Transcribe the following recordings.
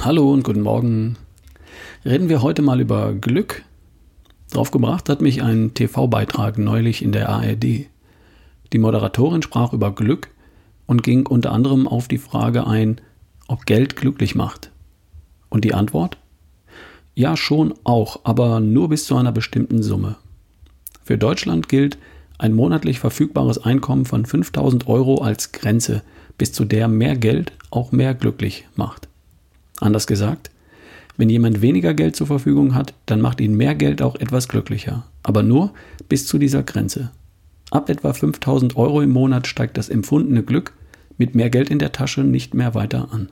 Hallo und guten Morgen. Reden wir heute mal über Glück. Drauf gebracht hat mich ein TV-Beitrag neulich in der ARD. Die Moderatorin sprach über Glück und ging unter anderem auf die Frage ein, ob Geld glücklich macht. Und die Antwort? Ja, schon auch, aber nur bis zu einer bestimmten Summe. Für Deutschland gilt ein monatlich verfügbares Einkommen von 5.000 Euro als Grenze, bis zu der mehr Geld auch mehr glücklich macht. Anders gesagt, wenn jemand weniger Geld zur Verfügung hat, dann macht ihn mehr Geld auch etwas glücklicher. Aber nur bis zu dieser Grenze. Ab etwa 5.000 Euro im Monat steigt das empfundene Glück mit mehr Geld in der Tasche nicht mehr weiter an.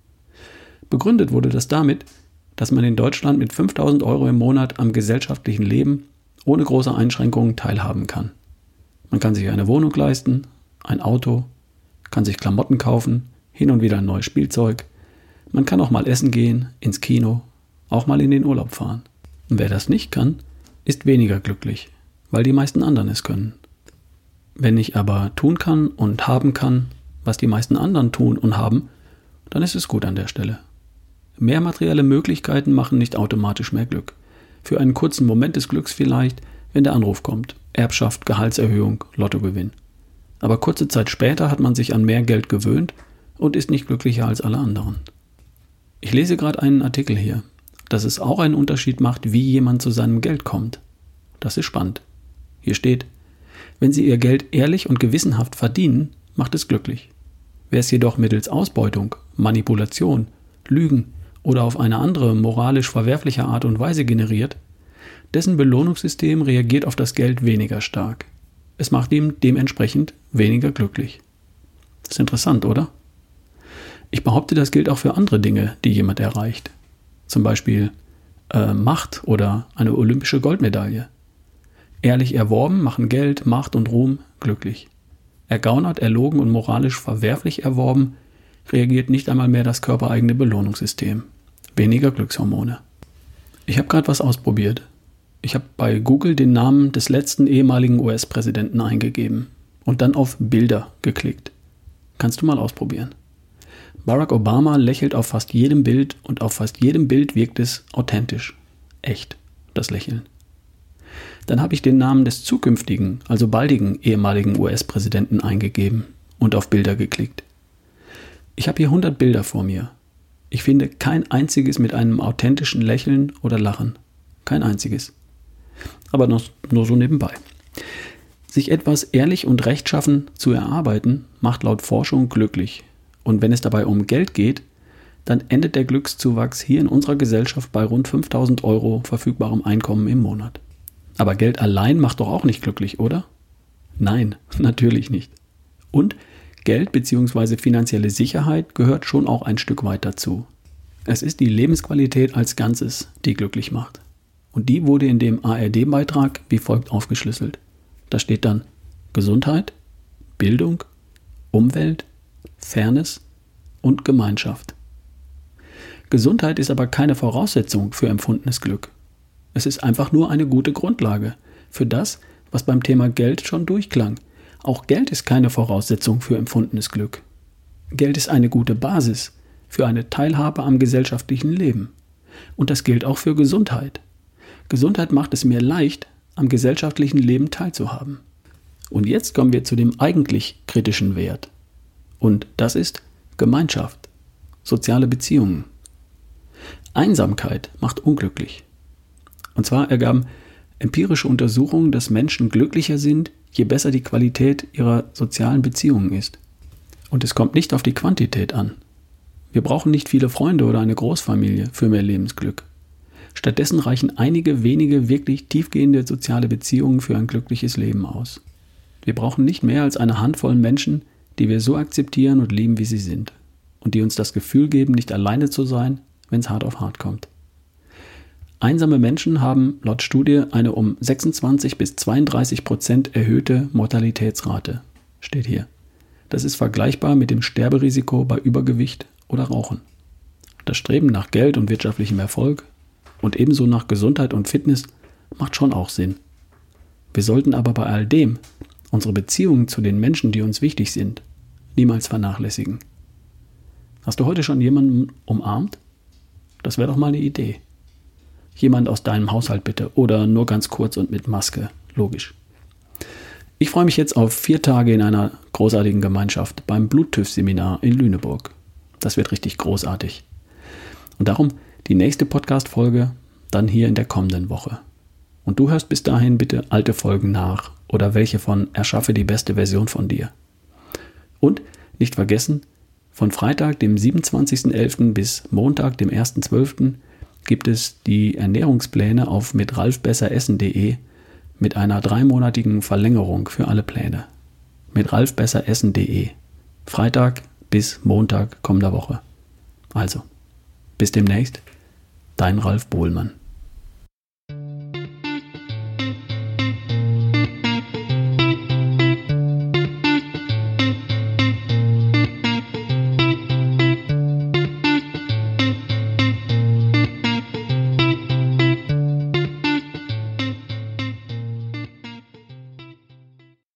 Begründet wurde das damit, dass man in Deutschland mit 5.000 Euro im Monat am gesellschaftlichen Leben ohne große Einschränkungen teilhaben kann. Man kann sich eine Wohnung leisten, ein Auto, kann sich Klamotten kaufen, hin und wieder ein neues Spielzeug. Man kann auch mal essen gehen, ins Kino, auch mal in den Urlaub fahren. Und wer das nicht kann, ist weniger glücklich, weil die meisten anderen es können. Wenn ich aber tun kann und haben kann, was die meisten anderen tun und haben, dann ist es gut an der Stelle. Mehr materielle Möglichkeiten machen nicht automatisch mehr Glück. Für einen kurzen Moment des Glücks vielleicht, wenn der Anruf kommt, Erbschaft, Gehaltserhöhung, Lottogewinn. Aber kurze Zeit später hat man sich an mehr Geld gewöhnt und ist nicht glücklicher als alle anderen. Ich lese gerade einen Artikel hier, dass es auch einen Unterschied macht, wie jemand zu seinem Geld kommt. Das ist spannend. Hier steht, wenn Sie Ihr Geld ehrlich und gewissenhaft verdienen, macht es glücklich. Wer es jedoch mittels Ausbeutung, Manipulation, Lügen oder auf eine andere moralisch verwerfliche Art und Weise generiert, dessen Belohnungssystem reagiert auf das Geld weniger stark. Es macht ihm dementsprechend weniger glücklich. Das ist interessant, oder? Ich behaupte, das gilt auch für andere Dinge, die jemand erreicht. Zum Beispiel Macht oder eine olympische Goldmedaille. Ehrlich erworben machen Geld, Macht und Ruhm glücklich. Ergaunert, erlogen und moralisch verwerflich erworben reagiert nicht einmal mehr das körpereigene Belohnungssystem. Weniger Glückshormone. Ich habe gerade was ausprobiert. Ich habe bei Google den Namen des letzten ehemaligen US-Präsidenten eingegeben und dann auf Bilder geklickt. Kannst du mal ausprobieren. Barack Obama lächelt auf fast jedem Bild und auf fast jedem Bild wirkt es authentisch. Echt, das Lächeln. Dann habe ich den Namen des zukünftigen, also baldigen ehemaligen US-Präsidenten eingegeben und auf Bilder geklickt. Ich habe hier 100 Bilder vor mir. Ich finde kein einziges mit einem authentischen Lächeln oder Lachen. Kein einziges. Aber nur so nebenbei. Sich etwas ehrlich und rechtschaffen zu erarbeiten, macht laut Forschung glücklich. Und wenn es dabei um Geld geht, dann endet der Glückszuwachs hier in unserer Gesellschaft bei rund 5.000 Euro verfügbarem Einkommen im Monat. Aber Geld allein macht doch auch nicht glücklich, oder? Nein, natürlich nicht. Und Geld bzw. finanzielle Sicherheit gehört schon auch ein Stück weit dazu. Es ist die Lebensqualität als Ganzes, die glücklich macht. Und die wurde in dem ARD-Beitrag wie folgt aufgeschlüsselt. Da steht dann Gesundheit, Bildung, Umwelt, Fairness und Gemeinschaft. Gesundheit ist aber keine Voraussetzung für empfundenes Glück. Es ist einfach nur eine gute Grundlage für das, was beim Thema Geld schon durchklang. Auch Geld ist keine Voraussetzung für empfundenes Glück. Geld ist eine gute Basis für eine Teilhabe am gesellschaftlichen Leben. Und das gilt auch für Gesundheit. Gesundheit macht es mir leicht, am gesellschaftlichen Leben teilzuhaben. Und jetzt kommen wir zu dem eigentlich kritischen Wert. Und das ist Gemeinschaft, soziale Beziehungen. Einsamkeit macht unglücklich. Und zwar ergaben empirische Untersuchungen, dass Menschen glücklicher sind, je besser die Qualität ihrer sozialen Beziehungen ist. Und es kommt nicht auf die Quantität an. Wir brauchen nicht viele Freunde oder eine Großfamilie für mehr Lebensglück. Stattdessen reichen einige wenige wirklich tiefgehende soziale Beziehungen für ein glückliches Leben aus. Wir brauchen nicht mehr als eine Handvoll Menschen, die wir so akzeptieren und lieben, wie sie sind. Und die uns das Gefühl geben, nicht alleine zu sein, wenn es hart auf hart kommt. Einsame Menschen haben laut Studie eine um 26 bis 32% erhöhte Mortalitätsrate. Steht hier. Das ist vergleichbar mit dem Sterberisiko bei Übergewicht oder Rauchen. Das Streben nach Geld und wirtschaftlichem Erfolg und ebenso nach Gesundheit und Fitness macht schon auch Sinn. Wir sollten aber bei all dem unsere Beziehungen zu den Menschen, die uns wichtig sind, niemals vernachlässigen. Hast du heute schon jemanden umarmt? Das wäre doch mal eine Idee. Jemand aus deinem Haushalt bitte oder nur ganz kurz und mit Maske, logisch. Ich freue mich jetzt auf 4 Tage in einer großartigen Gemeinschaft beim Blut-TÜV-Seminar in Lüneburg. Das wird richtig großartig. Und darum die nächste Podcast-Folge dann hier in der kommenden Woche. Und du hörst bis dahin bitte alte Folgen nach oder welche von Erschaffe die beste Version von dir. Und nicht vergessen, von Freitag, dem 27.11. bis Montag, dem 1.12. gibt es die Ernährungspläne auf mitralfbesseressen.de mit einer 3-monatigen Verlängerung für alle Pläne. Mitralfbesseressen.de. Freitag bis Montag kommender Woche. Also, bis demnächst, dein Ralf Bohlmann.